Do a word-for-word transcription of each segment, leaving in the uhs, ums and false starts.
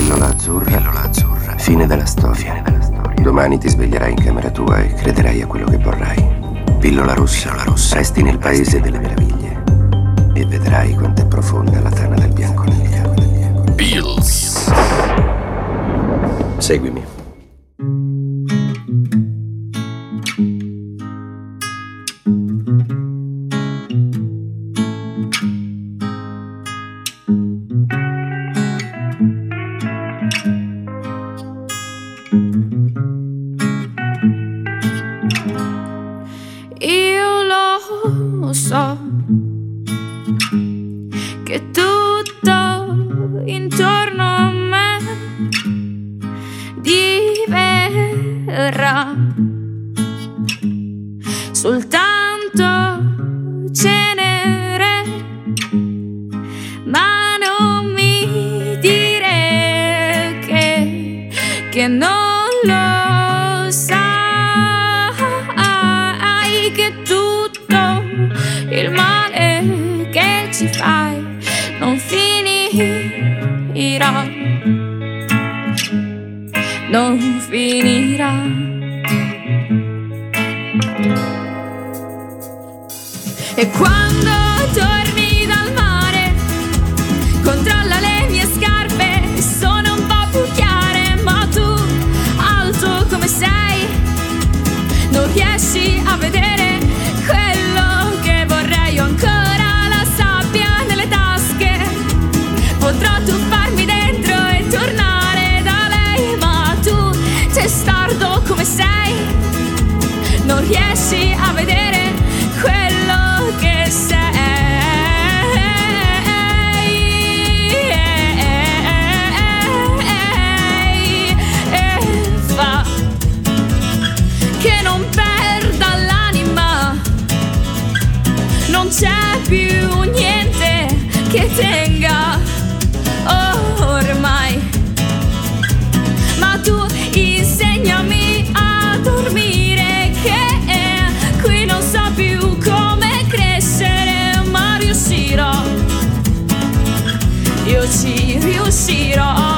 Pillola azzurra, pillola azzurra. Fine della storia. Fine della storia. Domani ti sveglierai in camera tua e crederai a quello che vorrai. Pillola rossa, pillola rossa. Resti nel paese delle meraviglie e vedrai quanto è profonda la tana del bianco nel Pills. Seguimi. Io lo so che tutto intorno a me diverrà soltanto cenere, ma non mi dire che, che non lo sai, che tutto il male che ci fai non finirà, non finirà. E quando torni dal mare, controlla le mie scarpe, sono un po' più chiare, ma tu, alto come sei, non riesci a vedere quello che vorrei. Io ancora la sabbia nelle tasche, potrò tuffarmi dentro e tornare da lei, ma tu, testardo come sei, non riesci a vedere quello che sei. E fa che non perda l'anima, non c'è più niente che tenga ormai, ma tu insegnami a dormire, che qui non so più come crescere, ma riuscirò, io ci riuscirò.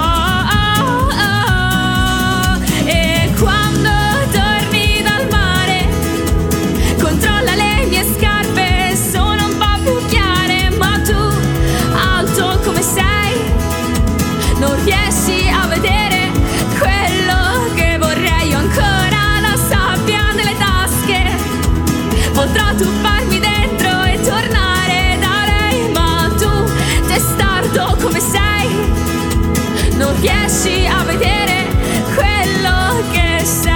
E quando torni dal mare, controlla le mie scarpe, sono un po' più chiare, ma tu, alto come sei, non riesci a vedere quello che vorrei. Io ancora la sabbia nelle tasche, potrò tuffarmi dentro e tornare da lei, ma tu, testardo come sei, non riesci a vedere quello che sei.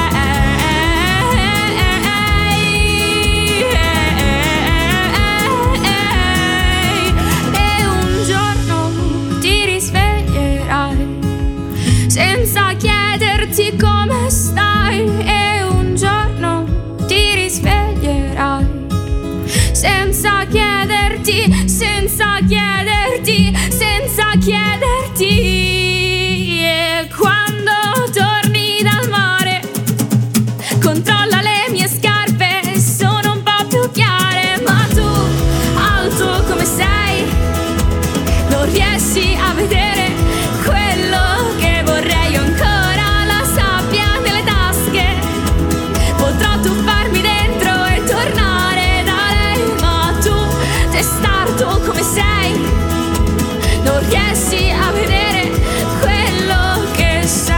E un giorno ti risveglierai senza chiederti come stai, e un giorno ti risveglierai senza chiederti, senza chiederti, senza chiederti. E quando torni dal mare, controlla le mie scarpe, sono un po' più chiare, ma tu, alto come sei, non riesci a vedere quello che vorrei. Io ancora la sabbia nelle tasche, potrò tuffarmi dentro e tornare da lei, ma tu, testardo come sei, non riesci a vedere quello che sei.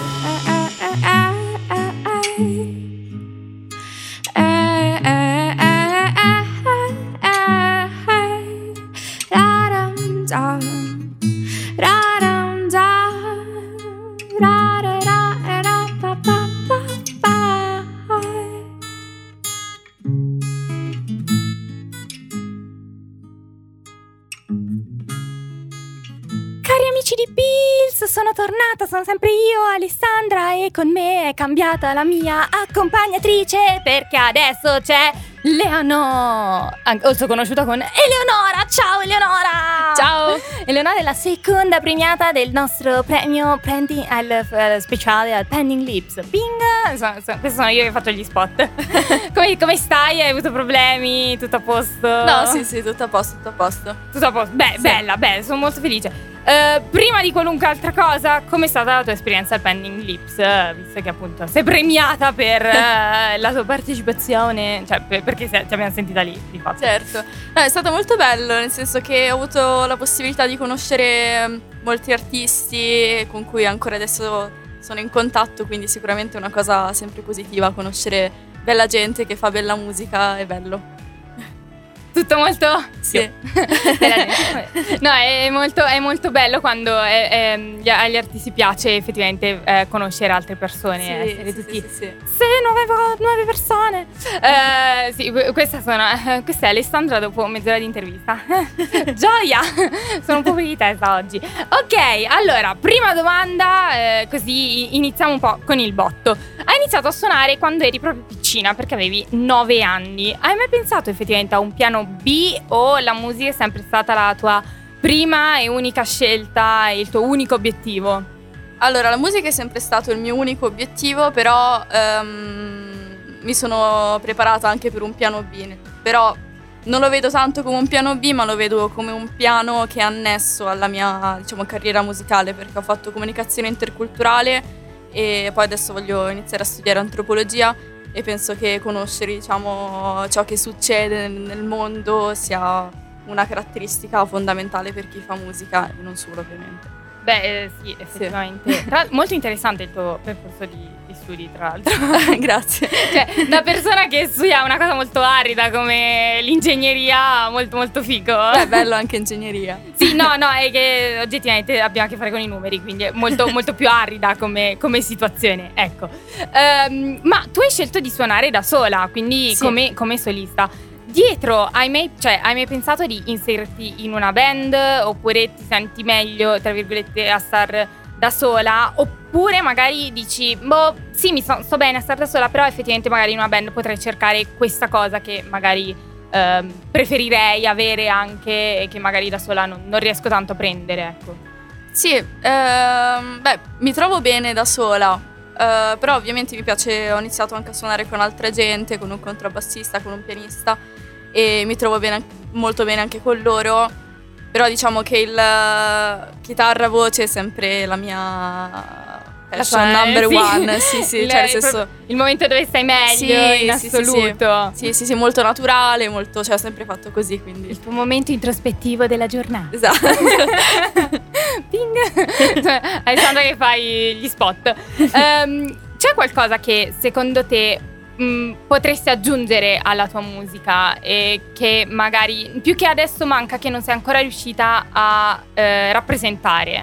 Cari amici di Pills, sono tornata, sono sempre io, Alessandra, e con me è cambiata la mia accompagnatrice, perché adesso c'è Leonora, also conosciuta con Eleonora. Ciao Eleonora! Ciao! Eleonora è la seconda premiata del nostro premio Pending, al, al speciale al Pending Lips. Ping! Insomma, insomma, questo sono io che faccio gli spot. come, come stai? Hai avuto problemi? Tutto a posto? No, sì, sì, tutto a posto, tutto a posto. Tutto a posto. Beh, Sì. bella, bella, sono molto felice. Uh, prima di qualunque altra cosa, com'è stata la tua esperienza al Pending Lips? Uh, visto che appunto sei premiata per uh, la tua partecipazione, cioè per, perché se, ti abbiamo sentita lì di fatto. Certo, no, è stato molto bello, nel senso che ho avuto la possibilità di conoscere molti artisti con cui ancora adesso sono in contatto, quindi sicuramente è una cosa sempre positiva, conoscere bella gente che fa bella musica, è bello. Tutto molto? Sì. No, è molto, è molto bello quando è, è, agli artisti piace effettivamente eh, conoscere altre persone, sì, essere sì, tutti sì, sì, sì. sì, nuove, nuove persone. Eh, sì, questa, sono, questa è Alessandra dopo mezz'ora di intervista. Gioia! Sono un po' fuori di testa oggi. Ok, allora, prima domanda, eh, così iniziamo un po' con il botto. Hai iniziato a suonare quando eri proprio piccina, perché avevi nove anni. Hai mai pensato effettivamente a un piano B o la musica è sempre stata la tua prima e unica scelta e il tuo unico obiettivo? Allora, la musica è sempre stato il mio unico obiettivo, però um, mi sono preparata anche per un piano B. Però non lo vedo tanto come un piano B, ma lo vedo come un piano che è annesso alla mia, diciamo, carriera musicale, perché ho fatto comunicazione interculturale e poi adesso voglio iniziare a studiare antropologia e penso che conoscere, diciamo, ciò che succede nel mondo sia una caratteristica fondamentale per chi fa musica e non solo, ovviamente. Beh, eh, sì, effettivamente. Sì. Tra, molto interessante il tuo percorso di, di studi, tra l'altro. Grazie. Cioè, da persona che studia una cosa molto arida come l'ingegneria, molto molto figo. È bello anche ingegneria. Sì, no, no, è che oggettivamente abbiamo a che fare con i numeri, quindi è molto, molto più arida come, come situazione, ecco. Um, ma tu hai scelto di suonare da sola, quindi sì. come, come solista. Dietro, hai mai, cioè, hai mai pensato di inserirti in una band oppure ti senti meglio, tra virgolette, a star da sola? Oppure magari dici, boh, sì, mi sto, sto bene a star da sola, però effettivamente magari in una band potrei cercare questa cosa che magari ehm, preferirei avere anche e che magari da sola non, non riesco tanto a prendere, ecco. Sì, ehm, beh, mi trovo bene da sola. Uh, però ovviamente mi piace, ho iniziato anche a suonare con altra gente, con un contrabbassista, con un pianista e mi trovo bene, molto bene anche con loro, però diciamo che il uh, chitarra voce è sempre la mia passion la number sì. one, sì sì, il, cioè nel senso, il momento dove stai meglio, sì, in sì, assoluto. Sì sì. sì sì sì, molto naturale, molto, cioè ho sempre fatto così, quindi il tuo momento introspettivo della giornata. Esatto. Ping. Alessandra che fai gli spot. Um, c'è qualcosa che secondo te mh, potresti aggiungere alla tua musica e che magari più che adesso manca, che non sei ancora riuscita a eh, rappresentare?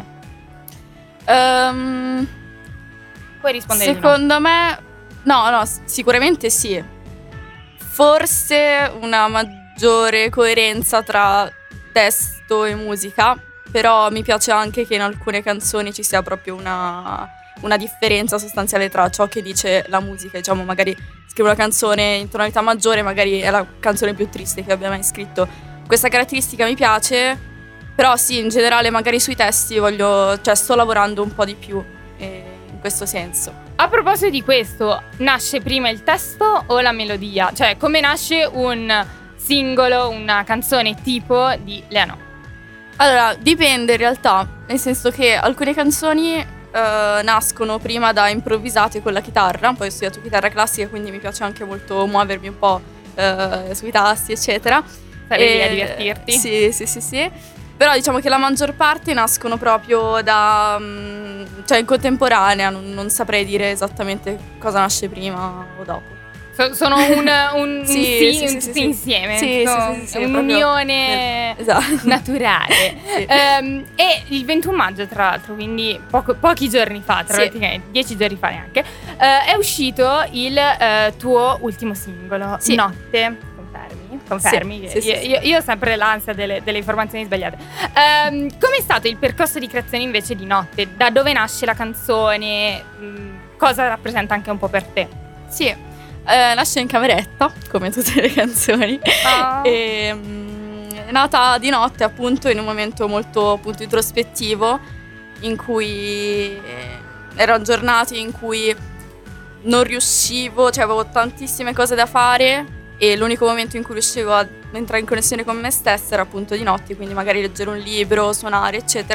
Um, Puoi rispondere secondo di no. me no no sicuramente sì, forse una maggiore coerenza tra testo e musica, però mi piace anche che in alcune canzoni ci sia proprio una, una differenza sostanziale tra ciò che dice la musica. Diciamo, magari scrivo una canzone in tonalità maggiore, magari è la canzone più triste che abbia mai scritto. Questa caratteristica mi piace, però sì, in generale magari sui testi voglio, cioè sto lavorando un po' di più eh, in questo senso. A proposito di questo, nasce prima il testo o la melodia? Cioè, come nasce un singolo, una canzone tipo di Leano? Allora, dipende in realtà, nel senso che alcune canzoni eh, nascono prima da improvvisate con la chitarra, poi ho studiato chitarra classica, quindi mi piace anche molto muovermi un po' eh, sui tasti, eccetera. Sarebbe a divertirti? Sì, sì, sì, sì. Però diciamo che la maggior parte nascono proprio da, cioè in contemporanea, non, non saprei dire esattamente cosa nasce prima o dopo. Sono un, un, sì, un sì, sì, un sì, tutti sì. insieme, sì, so, sì, sì, sì, un'unione proprio, esatto. naturale. Sì. Um, e il ventuno maggio, tra l'altro, quindi poco, pochi giorni fa, tra sì. praticamente dieci giorni fa neanche, uh, è uscito il uh, tuo ultimo singolo, sì. Notte. Confermi? Confermi? Sì, sì, io, sì, io, io ho sempre l'ansia delle, delle informazioni sbagliate. Um, com'è stato il percorso di creazione invece di Notte? Da dove nasce la canzone? Um, cosa rappresenta anche un po' per te? Sì. Eh, nasce in cameretta, come tutte le canzoni. Oh. E, um, è nata di notte, appunto, in un momento molto appunto introspettivo, in cui eh, erano giornate in cui non riuscivo, cioè avevo tantissime cose da fare e l'unico momento in cui riuscivo a entrare in connessione con me stessa era appunto di notte, quindi magari leggere un libro, suonare, eccetera.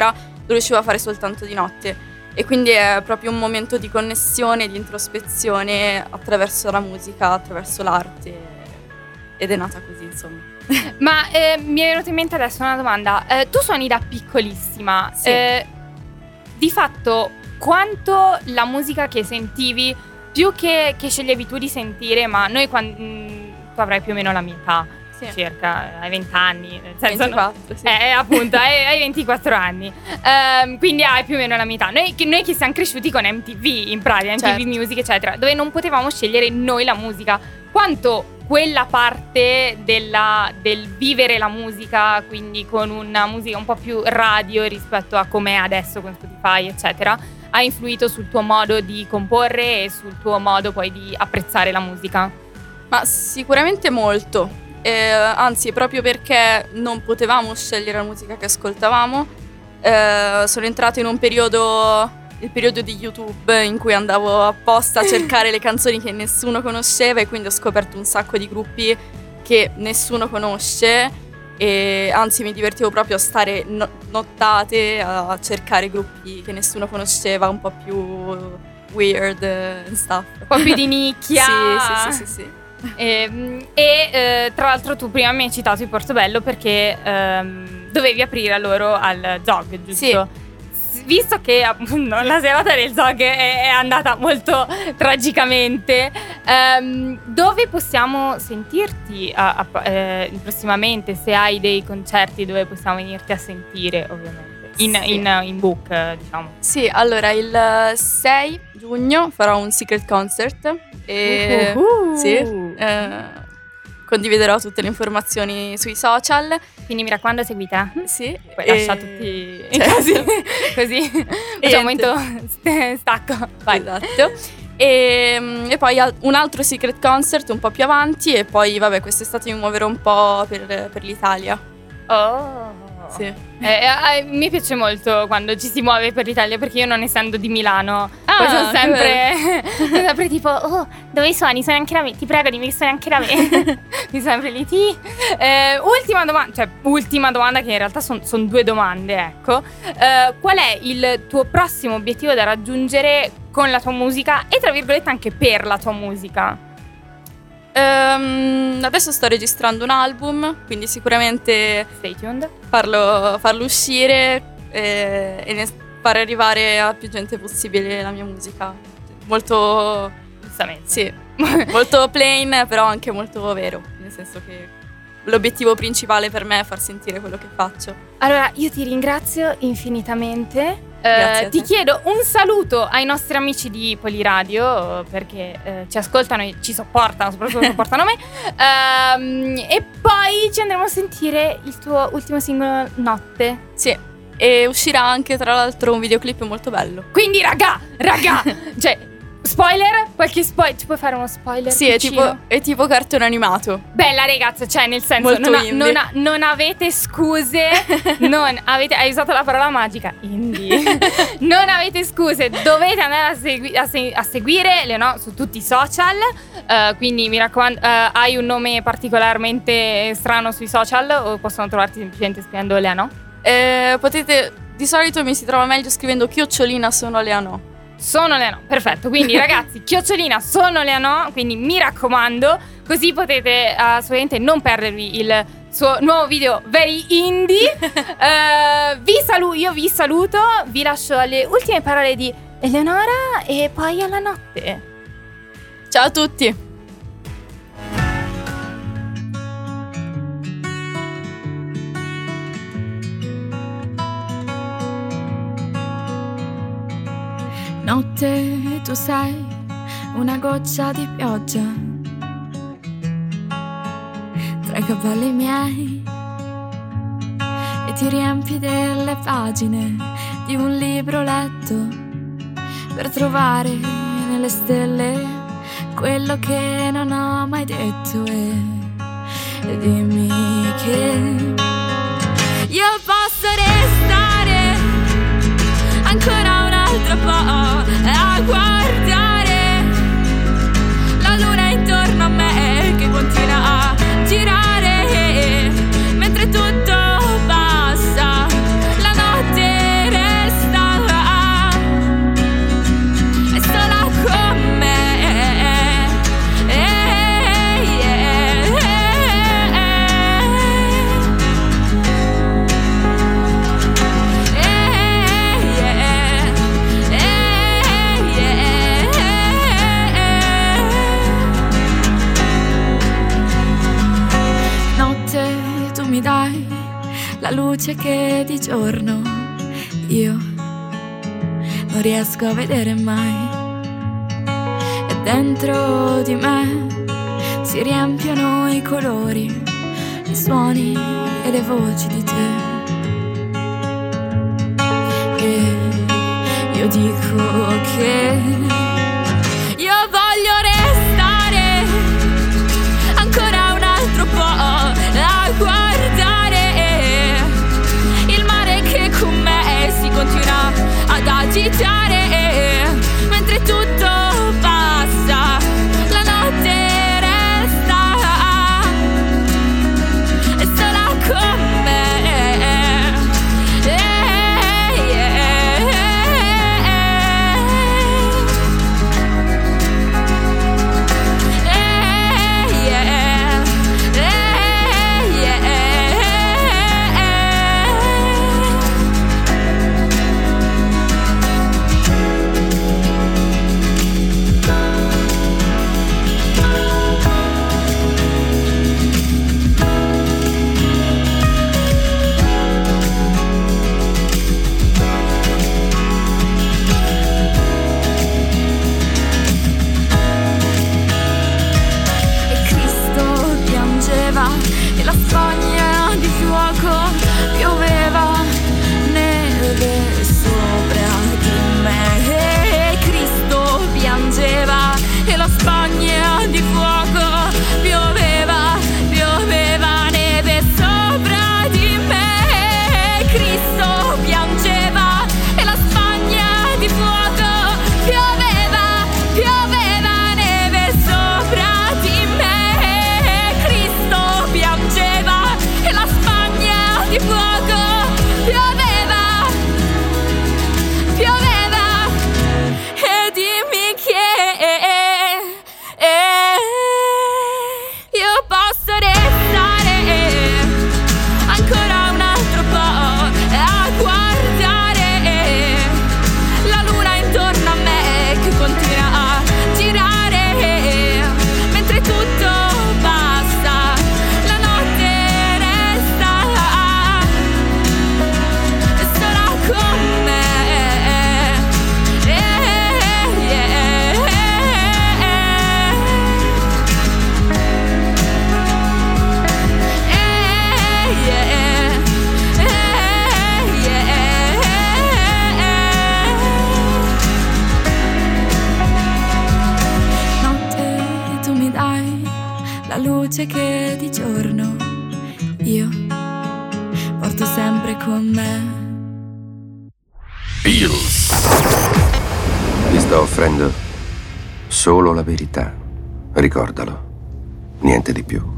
lo riuscivo a fare soltanto di notte. E quindi è proprio un momento di connessione, di introspezione attraverso la musica, attraverso l'arte, ed è nata così, insomma. Ma eh, mi è venuta in mente adesso una domanda. Eh, tu suoni da piccolissima. Sì. Eh, di fatto, quanto la musica che sentivi, più che, che sceglievi tu di sentire, ma noi quando tu avrai più o meno la mia età, Sì. circa, hai venti anni, nel senso ventiquattro, sì. Eh, appunto, hai, hai ventiquattro anni, Ehm, quindi hai più o meno la mia età. Noi che, noi che siamo cresciuti con M T V, in pratica, M T V Certo. Music, eccetera, dove non potevamo scegliere noi la musica. Quanto quella parte della, del vivere la musica, quindi con una musica un po' più radio rispetto a com'è adesso con Spotify, eccetera, ha influito sul tuo modo di comporre e sul tuo modo poi di apprezzare la musica? Ma sicuramente molto, eh, anzi proprio perché non potevamo scegliere la musica che ascoltavamo, eh, sono entrato in un periodo, il periodo di YouTube, in cui andavo apposta a cercare le canzoni che nessuno conosceva, e quindi ho scoperto un sacco di gruppi che nessuno conosce, e anzi mi divertivo proprio a stare no- nottate a cercare gruppi che nessuno conosceva, un po' più weird and stuff. Un po' più di nicchia. Sì, sì, sì, sì, sì. E, e eh, tra l'altro tu prima mi hai citato il Portobello perché ehm, dovevi aprire a loro al Zog, giusto? Sì. Visto che appunto la serata del Zog è, è andata molto tragicamente, ehm, dove possiamo sentirti a, a, eh, prossimamente, se hai dei concerti dove possiamo venirti a sentire, ovviamente, in, Sì. in, in book, eh, diciamo. Sì, allora il sei giugno farò un secret concert e Uhuhu. sì, eh, condividerò tutte le informazioni sui social. Quindi mi raccomando, seguite. Sì, Poi e- lascia tutti in certo. casi, così facciamo un niente. momento st- stacco. Vai. Esatto. E, e poi al- un altro secret concert un po' più avanti, e poi vabbè, quest'estate mi muoverò un po' per, per l'Italia. Oh. Sì. Eh, eh, mi piace molto quando ci si muove per l'Italia, perché io, non essendo di Milano, Ah, poi sono che sempre, sono sempre tipo, oh, dove suoni? Suoni anche da me, ti prego, dimmi che suoni anche da me. Mi sempre lì, ti. Eh, ultima domanda, cioè ultima domanda, che in realtà sono son due domande, ecco. Eh, qual è il tuo prossimo obiettivo da raggiungere con la tua musica e, tra virgolette, anche per la tua musica? Ehm, adesso sto registrando un album, quindi sicuramente Stay tuned. farlo, farlo uscire eh, e ne fare arrivare a più gente possibile la mia musica. Molto, Giustamente. sì, molto plain, però anche molto vero, nel senso che l'obiettivo principale per me è far sentire quello che faccio. Allora, io ti ringrazio infinitamente. Grazie Eh, a ti te. chiedo un saluto ai nostri amici di Poliradio, perché eh, ci ascoltano e ci sopportano, soprattutto sopportano me. Ehm, e poi ci andremo a sentire il tuo ultimo singolo, Notte. Sì, e uscirà anche tra l'altro un videoclip molto bello. Quindi, raga, raga, cioè, spoiler? Qualche spoiler? Ci puoi fare uno spoiler? Sì, è piccino? tipo, è tipo cartone animato. Bella ragazza, cioè nel senso Molto non, ha- indie. non, ha- non avete scuse, non avete, hai usato la parola magica, indie. Non avete scuse, dovete andare a, segui- a se- a seguire Leonò su tutti i social, eh, quindi mi raccomando, eh, hai un nome particolarmente strano sui social o possono trovarti semplicemente scrivendo Leonò? Eh, potete, di solito mi si trova meglio scrivendo chiocciolina sono Leanò. Sono Leonò, perfetto, quindi ragazzi, chiocciolina sono Leonò, quindi mi raccomando, così potete assolutamente non perdervi il suo nuovo video very indie. Eh, vi saluto, io vi saluto, vi lascio alle ultime parole di Eleonora e poi alla notte. Ciao a tutti! Notte, tu sei una goccia di pioggia tra i capelli miei e ti riempi delle pagine di un libro letto per trovare nelle stelle quello che non ho mai detto, e, e dimmi che io posso restare ancora un altro po' a guardare la luna intorno a me che continua a girare mentre tutto passa, la notte luce che di giorno io non riesco a vedere mai, e dentro di me si riempiono i colori, i suoni e le voci di te. E io dico che io voglio restare ancora un altro po' a guardare il mare che con me si continua ad agitare, mentre tutto passa, la notte con me. Yeah, yeah, e la spagna di fuoco pioveva neve sopra di me, e Cristo piangeva e la spagna di fuoco pioveva, pioveva neve sopra di me, e Cristo piangeva e la spagna di fuoco pioveva, pioveva neve sopra di me. Piangeva e la spagna di fuoco pioveva, pioveva, e dimmi che io posso restare ancora un altro po' a guardare la luna intorno a me che continua a girare, mentre tutto passa, la notte resta sola con me. Yeah, yeah, notte tu mi dai la luce che di giorno io porto sempre con me. Pills. Ti sto offrendo solo la verità. Ricordalo. Niente di più.